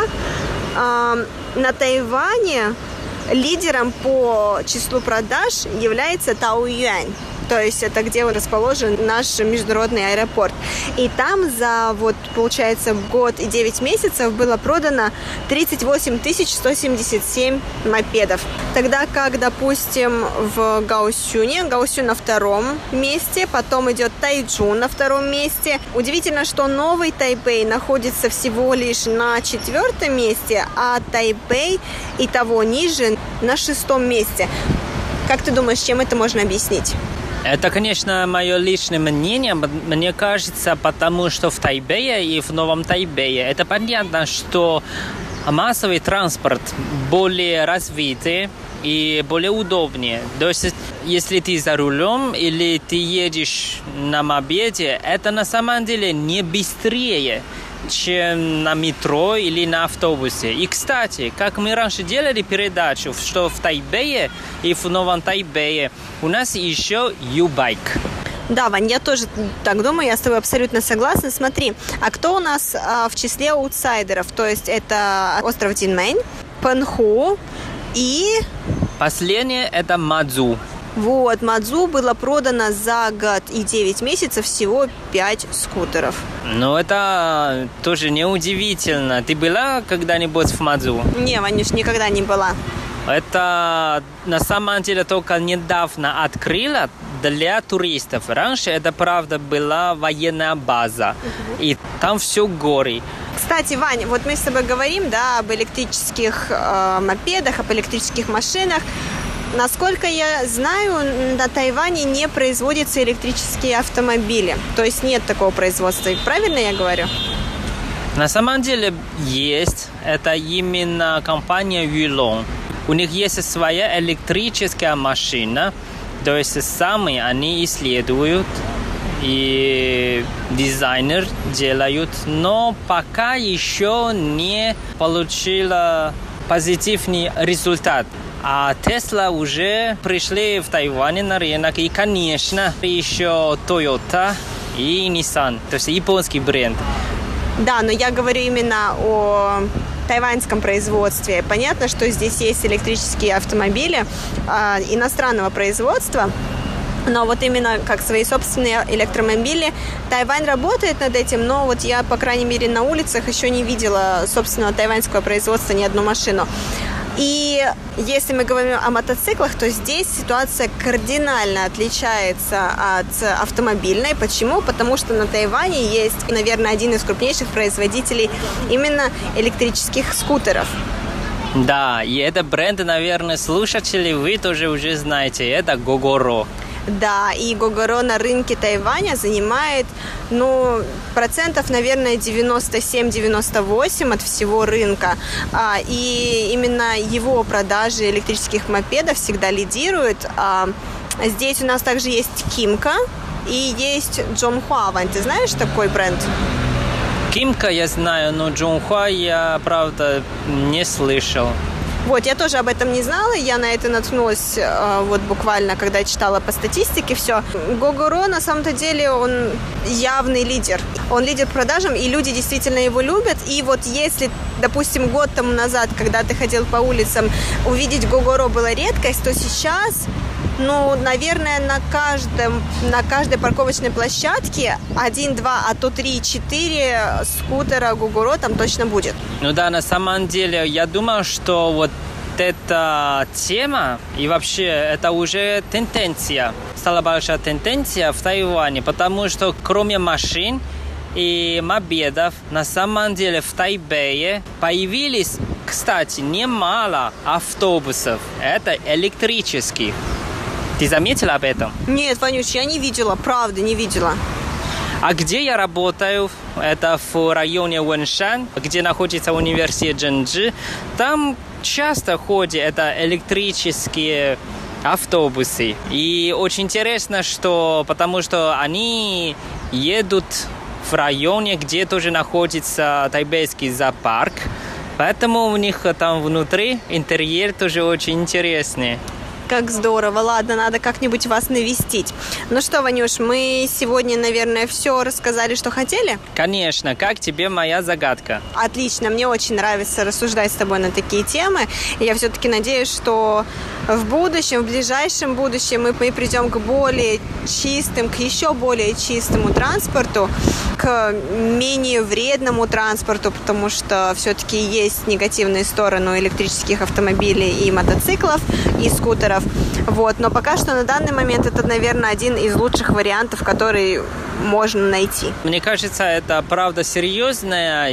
а, на Тайване лидером по числу продаж является Таоюань. То есть это где расположен наш международный аэропорт. И там за, вот, получается, год и девять месяцев было продано тридцать восемь тысяч сто семьдесят семь мопедов. Тогда как, допустим, в Гаосюне, Гаосюн на втором месте, потом идет Тайчжун на втором месте. Удивительно, что Новый Тайбэй находится всего лишь на четвертом месте, а Тайбэй и того ниже на шестом месте. Как ты думаешь, чем это можно объяснить? Это, конечно, мое личное мнение. Мне кажется, потому что в Тайбэе и в Новом Тайбэе это понятно, что массовый транспорт более развитый и более удобнее. То есть, если ты за рулем или ты едешь на мопеде, это на самом деле не быстрее, чем на метро или на автобусе. И, кстати, как мы раньше делали передачу, что в Тайбэе и в Новом Тайбэе у нас еще U-Bike. Да, Вань, я тоже так думаю, я с тобой абсолютно согласна. Смотри, а кто у нас а, в числе аутсайдеров? То есть это остров Динмэнь, Пэнху и... Последнее это Мадзу. Вот, Мадзу было продано за год и девять месяцев всего пять скутеров. Ну, это тоже неудивительно. Ты была когда-нибудь в Мадзу? Не, Ванюш, никогда не была. Это на самом деле только недавно открыла для туристов. Раньше это, правда, была военная база. Uh-huh. И там все горы. Кстати, Вань, вот мы с тобой говорим, да, об электрических э, мопедах, об электрических машинах. Насколько я знаю, на Тайване не производятся электрические автомобили. То есть нет такого производства. Правильно я говорю? На самом деле есть. Это именно компания Yulong. У них есть своя электрическая машина. То есть сами они исследуют и дизайнер делают. Но пока еще не получила позитивный результат. А Tesla уже пришли в Тайване на рынок. И, конечно, еще Toyota и Nissan. То есть японский бренд. Да, но я говорю именно о тайваньском производстве. Понятно, что здесь есть электрические автомобили э, иностранного производства. Но вот именно как свои собственные электромобили. Тайвань работает над этим, но вот я, по крайней мере, на улицах еще не видела собственного тайваньского производства ни одну машину. И если мы говорим о мотоциклах, то здесь ситуация кардинально отличается от автомобильной. Почему? Потому что на Тайване есть, наверное, один из крупнейших производителей именно электрических скутеров. Да, и это бренд, наверное, слушатели вы тоже уже знаете. Это Gogoro. Да, и Gogoro на рынке Тайваня занимает, ну, процентов, наверное, девяносто семь - девяносто восемь от всего рынка. А, и именно его продажи электрических мопедов всегда лидируют. А, здесь у нас также есть Кимка и есть Джонхуа. Вань, ты знаешь такой бренд? Кимка я знаю, но Джонхуа я, правда, не слышал. Вот, я тоже об этом не знала, я на это наткнулась э, вот буквально, когда читала по статистике все. Gogoro на самом-то деле он явный лидер. Он лидер по продажам, и люди действительно его любят. И вот если, допустим, год тому назад, когда ты ходил по улицам, увидеть Gogoro была редкость, то сейчас... Ну, наверное, на каждом, на каждой парковочной площадке один, два, а то три, четыре скутера Gogoro там точно будет. Ну да, на самом деле, я думаю, что вот эта тема и вообще это уже тенденция. Стала большая тенденция в Тайване, потому что кроме машин и мопедов, на самом деле в Тайбэе появились, кстати, немало автобусов. Это электрических. Ты заметила об этом? Нет, Ванюш, я не видела, правда, не видела. А где я работаю? Это в районе Вэньшань, где находится университет Чжэнчжи. Там часто ходят это электрические автобусы. И очень интересно, что потому что они едут в районе, где тоже находится тайбэйский зоопарк. Поэтому у них там внутри интерьер тоже очень интересный. Как здорово. Ладно, надо как-нибудь вас навестить. Ну что, Ванюш, мы сегодня, наверное, все рассказали, что хотели? Конечно. Как тебе моя загадка? Отлично. Мне очень нравится рассуждать с тобой на такие темы. И я все-таки надеюсь, что в будущем, в ближайшем будущем мы, мы придем к более чистым, к еще более чистому транспорту, к менее вредному транспорту, потому что все-таки есть негативные стороны у электрических автомобилей и мотоциклов, и скутеров. Вот. Но пока что на данный момент это, наверное, один из лучших вариантов, который можно найти. Мне кажется, это правда серьезная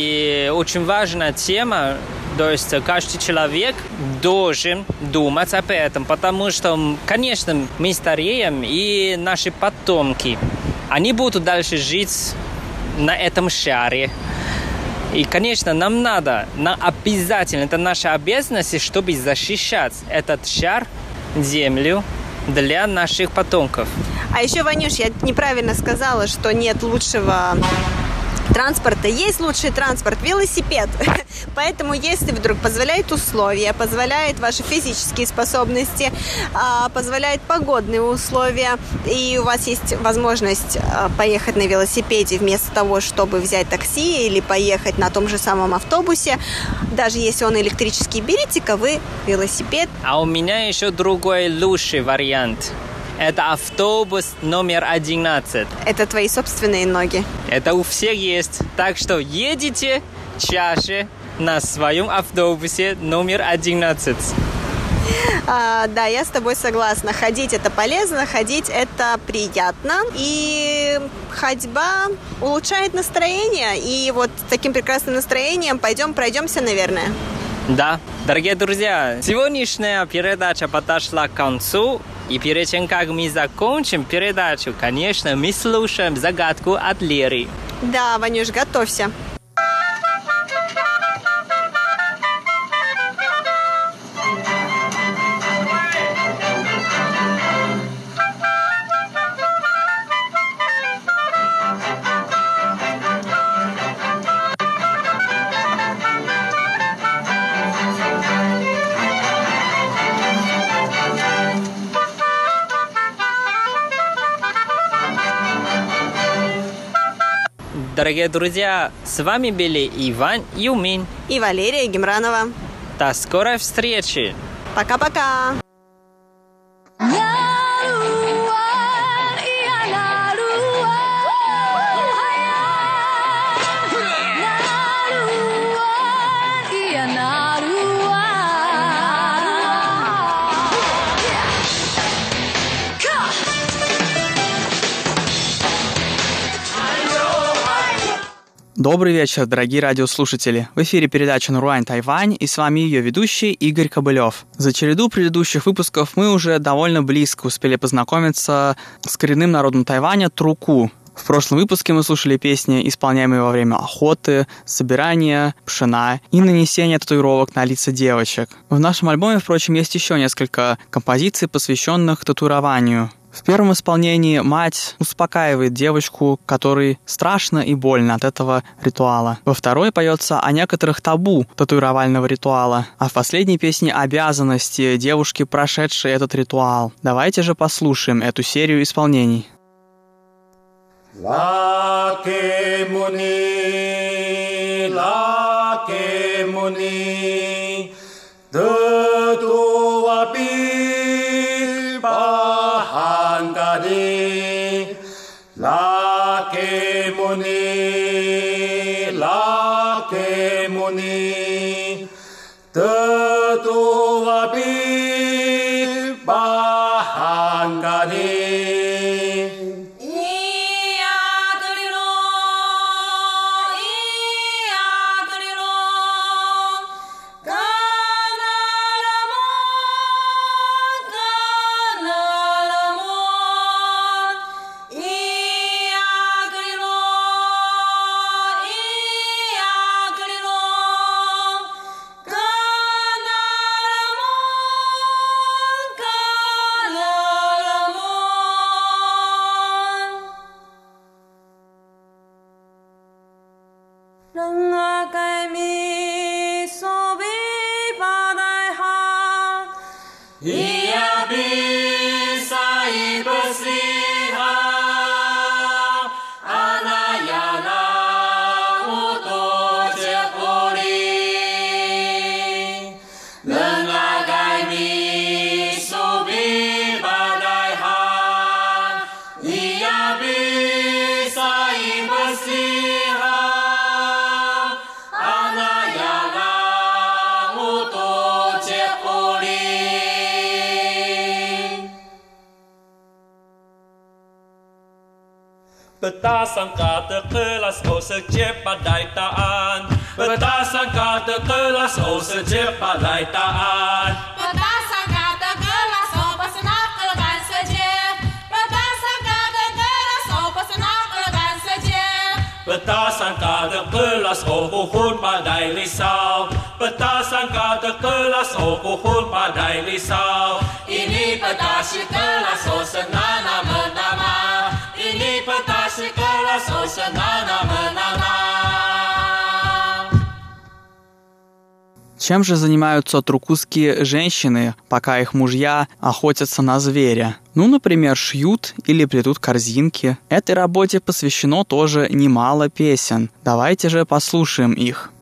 и очень важная тема. То есть каждый человек должен думать об этом, потому что, конечно, мы стареем, и наши потомки, они будут дальше жить на этом шаре. И, конечно, нам надо, нам обязательно, это наша обязанность, чтобы защищать этот шар, Землю, для наших потомков. А еще, Ванюш, я неправильно сказала, что нет лучшего транспорта. Есть лучший транспорт – велосипед. Поэтому, если вдруг позволяет условия, позволяет ваши физические способности, позволяют погодные условия, и у вас есть возможность поехать на велосипеде вместо того, чтобы взять такси или поехать на том же самом автобусе, даже если он электрический, берите-ка вы велосипед. А у меня еще другой лучший вариант. Это автобус номер одиннадцать. Это твои собственные ноги. Это у всех есть. Так что едете чаще на своем автобусе номер одиннадцать. А, да, я с тобой согласна. Ходить это полезно, ходить это приятно. И ходьба улучшает настроение. И вот таким прекрасным настроением пойдем пройдемся, наверное. Да, дорогие друзья, сегодняшняя передача подошла к концу. И перед тем, как мы закончим передачу, конечно, мы слушаем загадку от Леры. Да, Ванюш, готовься. Дорогие друзья, с вами были Иван Юмин и Валерия Гемранова. До скорой встречи. Пока-пока. Добрый вечер, дорогие радиослушатели. В эфире передача «Наруань Тайвань», и с вами ее ведущий Игорь Кобылев. За череду предыдущих выпусков мы уже довольно близко успели познакомиться с коренным народом Тайваня Труку. В прошлом выпуске мы слушали песни, исполняемые во время охоты, собирания, пшена и нанесения татуировок на лица девочек. В нашем альбоме, впрочем, есть еще несколько композиций, посвященных татуированию. В первом исполнении мать успокаивает девочку, которой страшно и больно от этого ритуала. Во второй поется о некоторых табу татуировального ритуала, а в последней песне обязанности девушки, прошедшей этот ритуал. Давайте же послушаем эту серию исполнений. Lake muni, lake muni, tetua pi bahan kadi. Lake muni, lake muni, tetua pi bahan kadi. Betasan kata kelas oh secepat daitaan. Betasan kata kelas oh secepat daitaan. Betasan kata kelas oh pesenakelkan saja. Betasan kata kelas oh pesenakelkan saja. Betasan kata kelas oh puhun padai risau. Betasan kata kelas oh puhun padai risau. Ini petasi kelas oh senana menama. Ini petasi kelas oh senana menama. Чем же занимаются трукузские женщины, пока их мужья охотятся на зверя? Ну, например, шьют или плетут корзинки. Этой работе посвящено тоже немало песен. Давайте же послушаем их.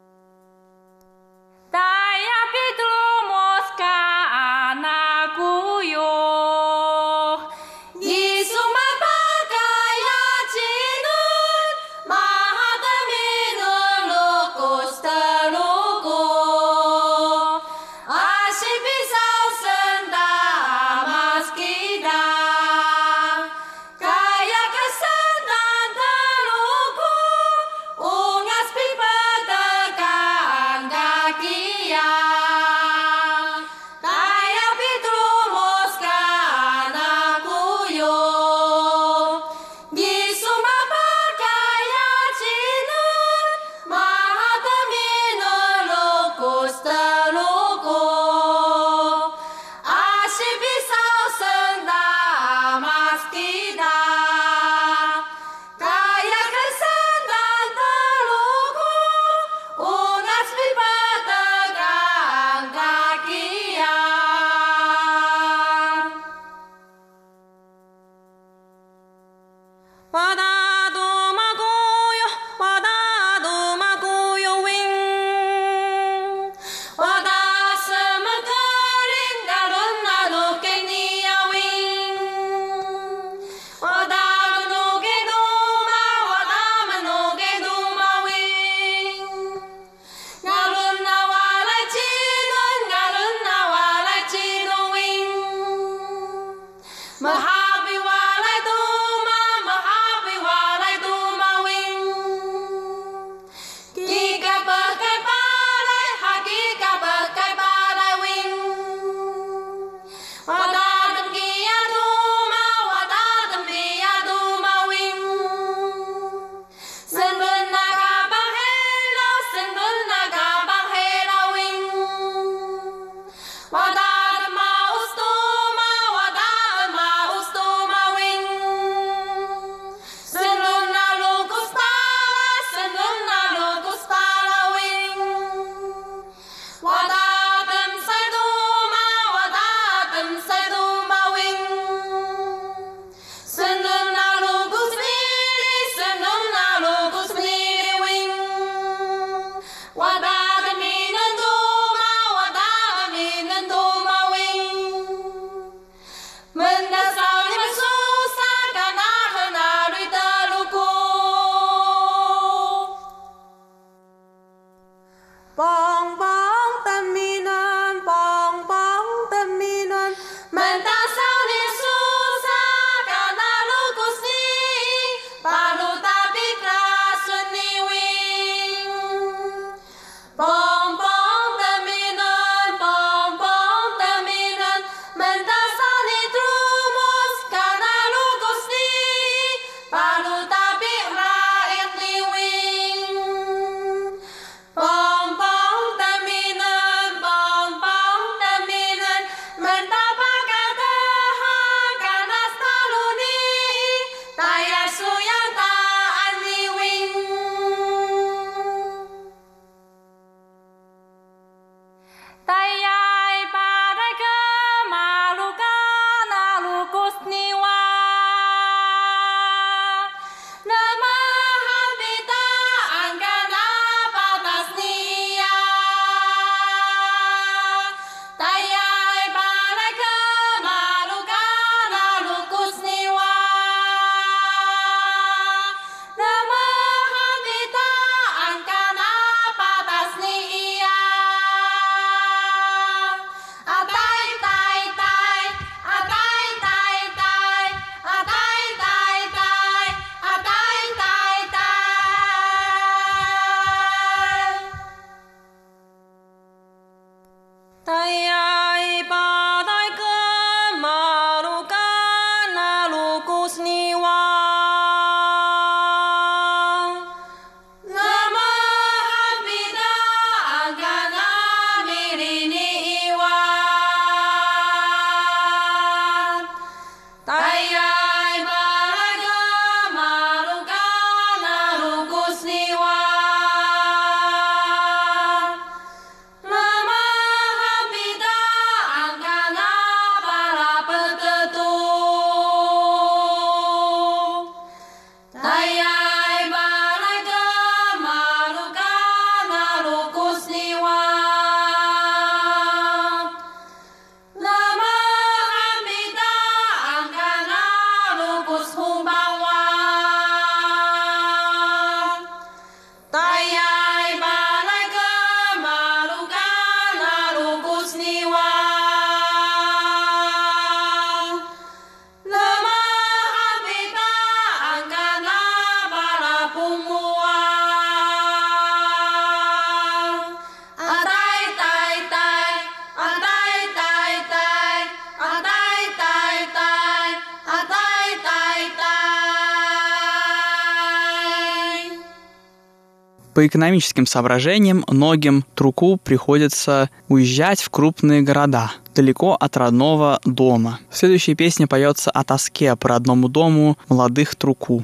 По экономическим соображениям многим труку приходится уезжать в крупные города, далеко от родного дома. В следующей песне поется о тоске по родному дому молодых труку.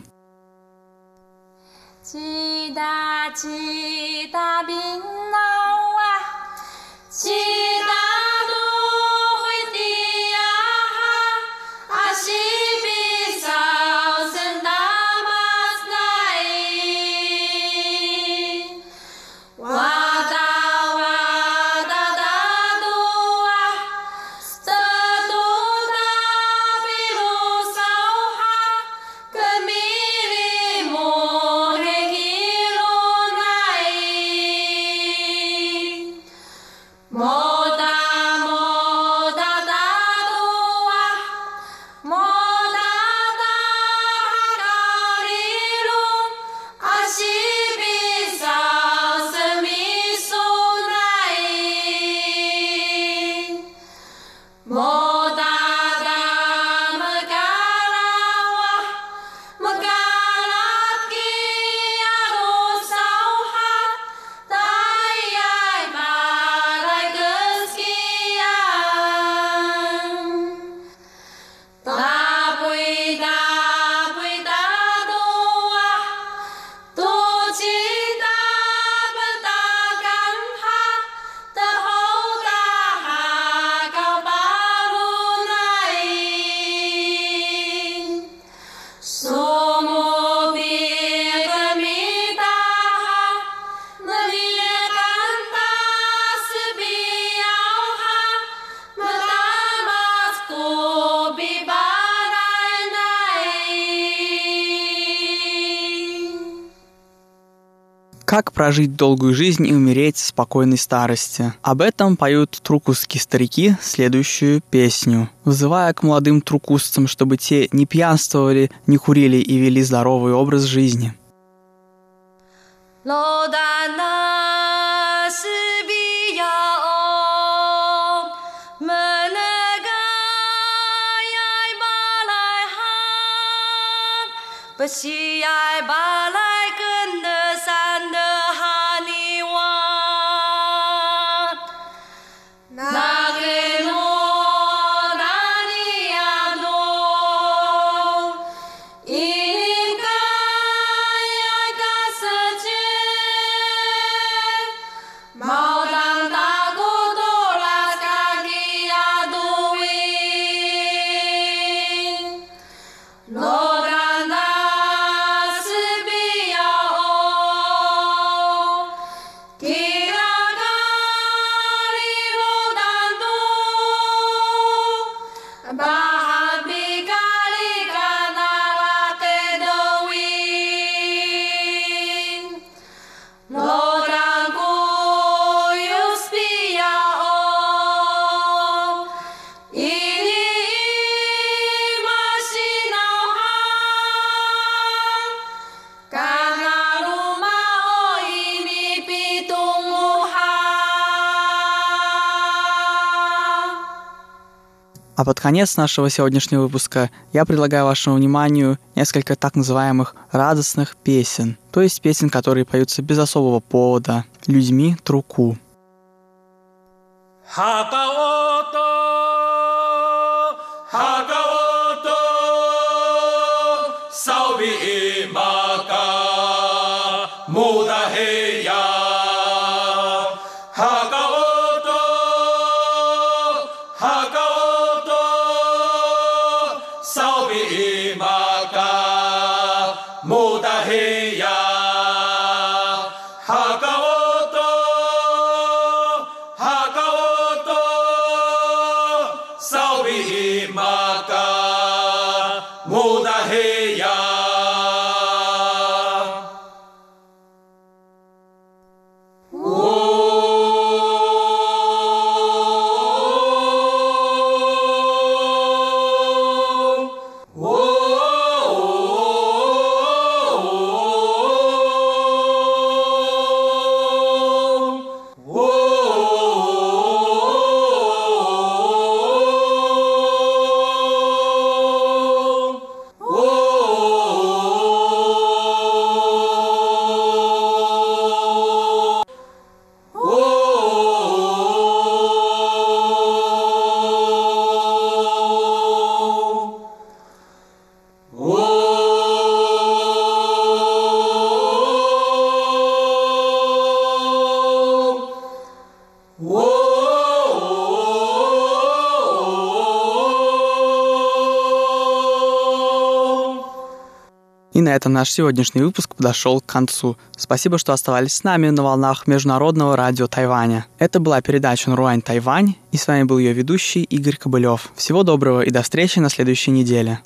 Как прожить долгую жизнь и умереть в спокойной старости? Об этом поют трукусские старики следующую песню, вызывая к молодым трукусцам, чтобы те не пьянствовали, не курили и вели здоровый образ жизни. А под конец нашего сегодняшнего выпуска я предлагаю вашему вниманию несколько так называемых радостных песен, то есть песен, которые поются без особого повода, людьми труку. Oh И на этом наш сегодняшний выпуск подошел к концу. Спасибо, что оставались с нами на волнах Международного радио Тайваня. Это была передача «Наруань Тайвань», и с вами был ее ведущий Игорь Кобылев. Всего доброго и до встречи на следующей неделе.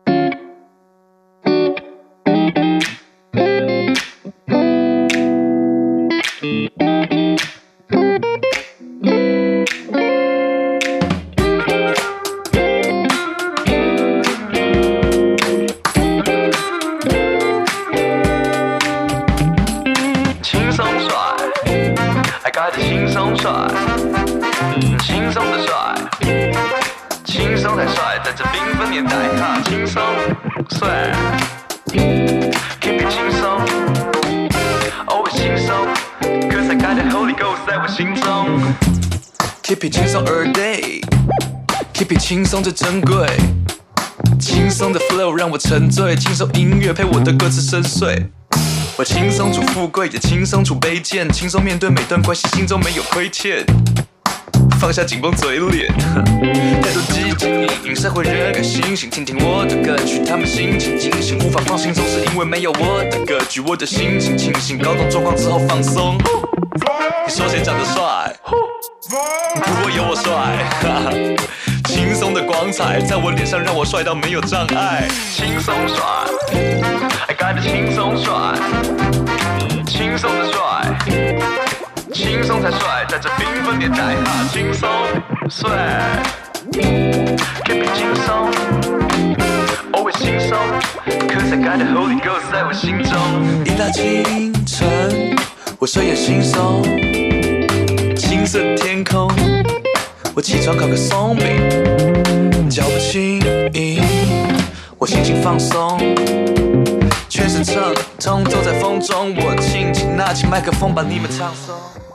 ，Keep it 轻松 all day，Keep it 轻松最珍贵，轻松的 flow 让我沉醉，轻松音乐陪我的歌词深邃。我轻松处富贵，也轻松处卑贱，轻松面对每段关系，心中没有亏欠。放下紧绷嘴脸，太多激情引社会人感醒醒，听听我的歌曲，他们心情惊醒，无法放心，总是因为没有我的歌曲，我的心情清醒，搞懂状况之后放松。你说谁长得帅？不过有我帅，哈哈，轻松的光彩在我脸上，让我帅到没有障碍。轻松帅 ，I got it 轻松帅，轻松的帅。轻松才帅，在这缤纷年代哈，轻松帅 ，Keep it 轻松 ，Always 轻松 ，Cause I got the Holy Ghost 在我心中。一大清晨，我睡眼惺忪，青色天空，我起床烤个松饼，脚步轻盈，我心情放松。全身畅通，走在风中，我轻轻拿起麦克风，把你们唱诵。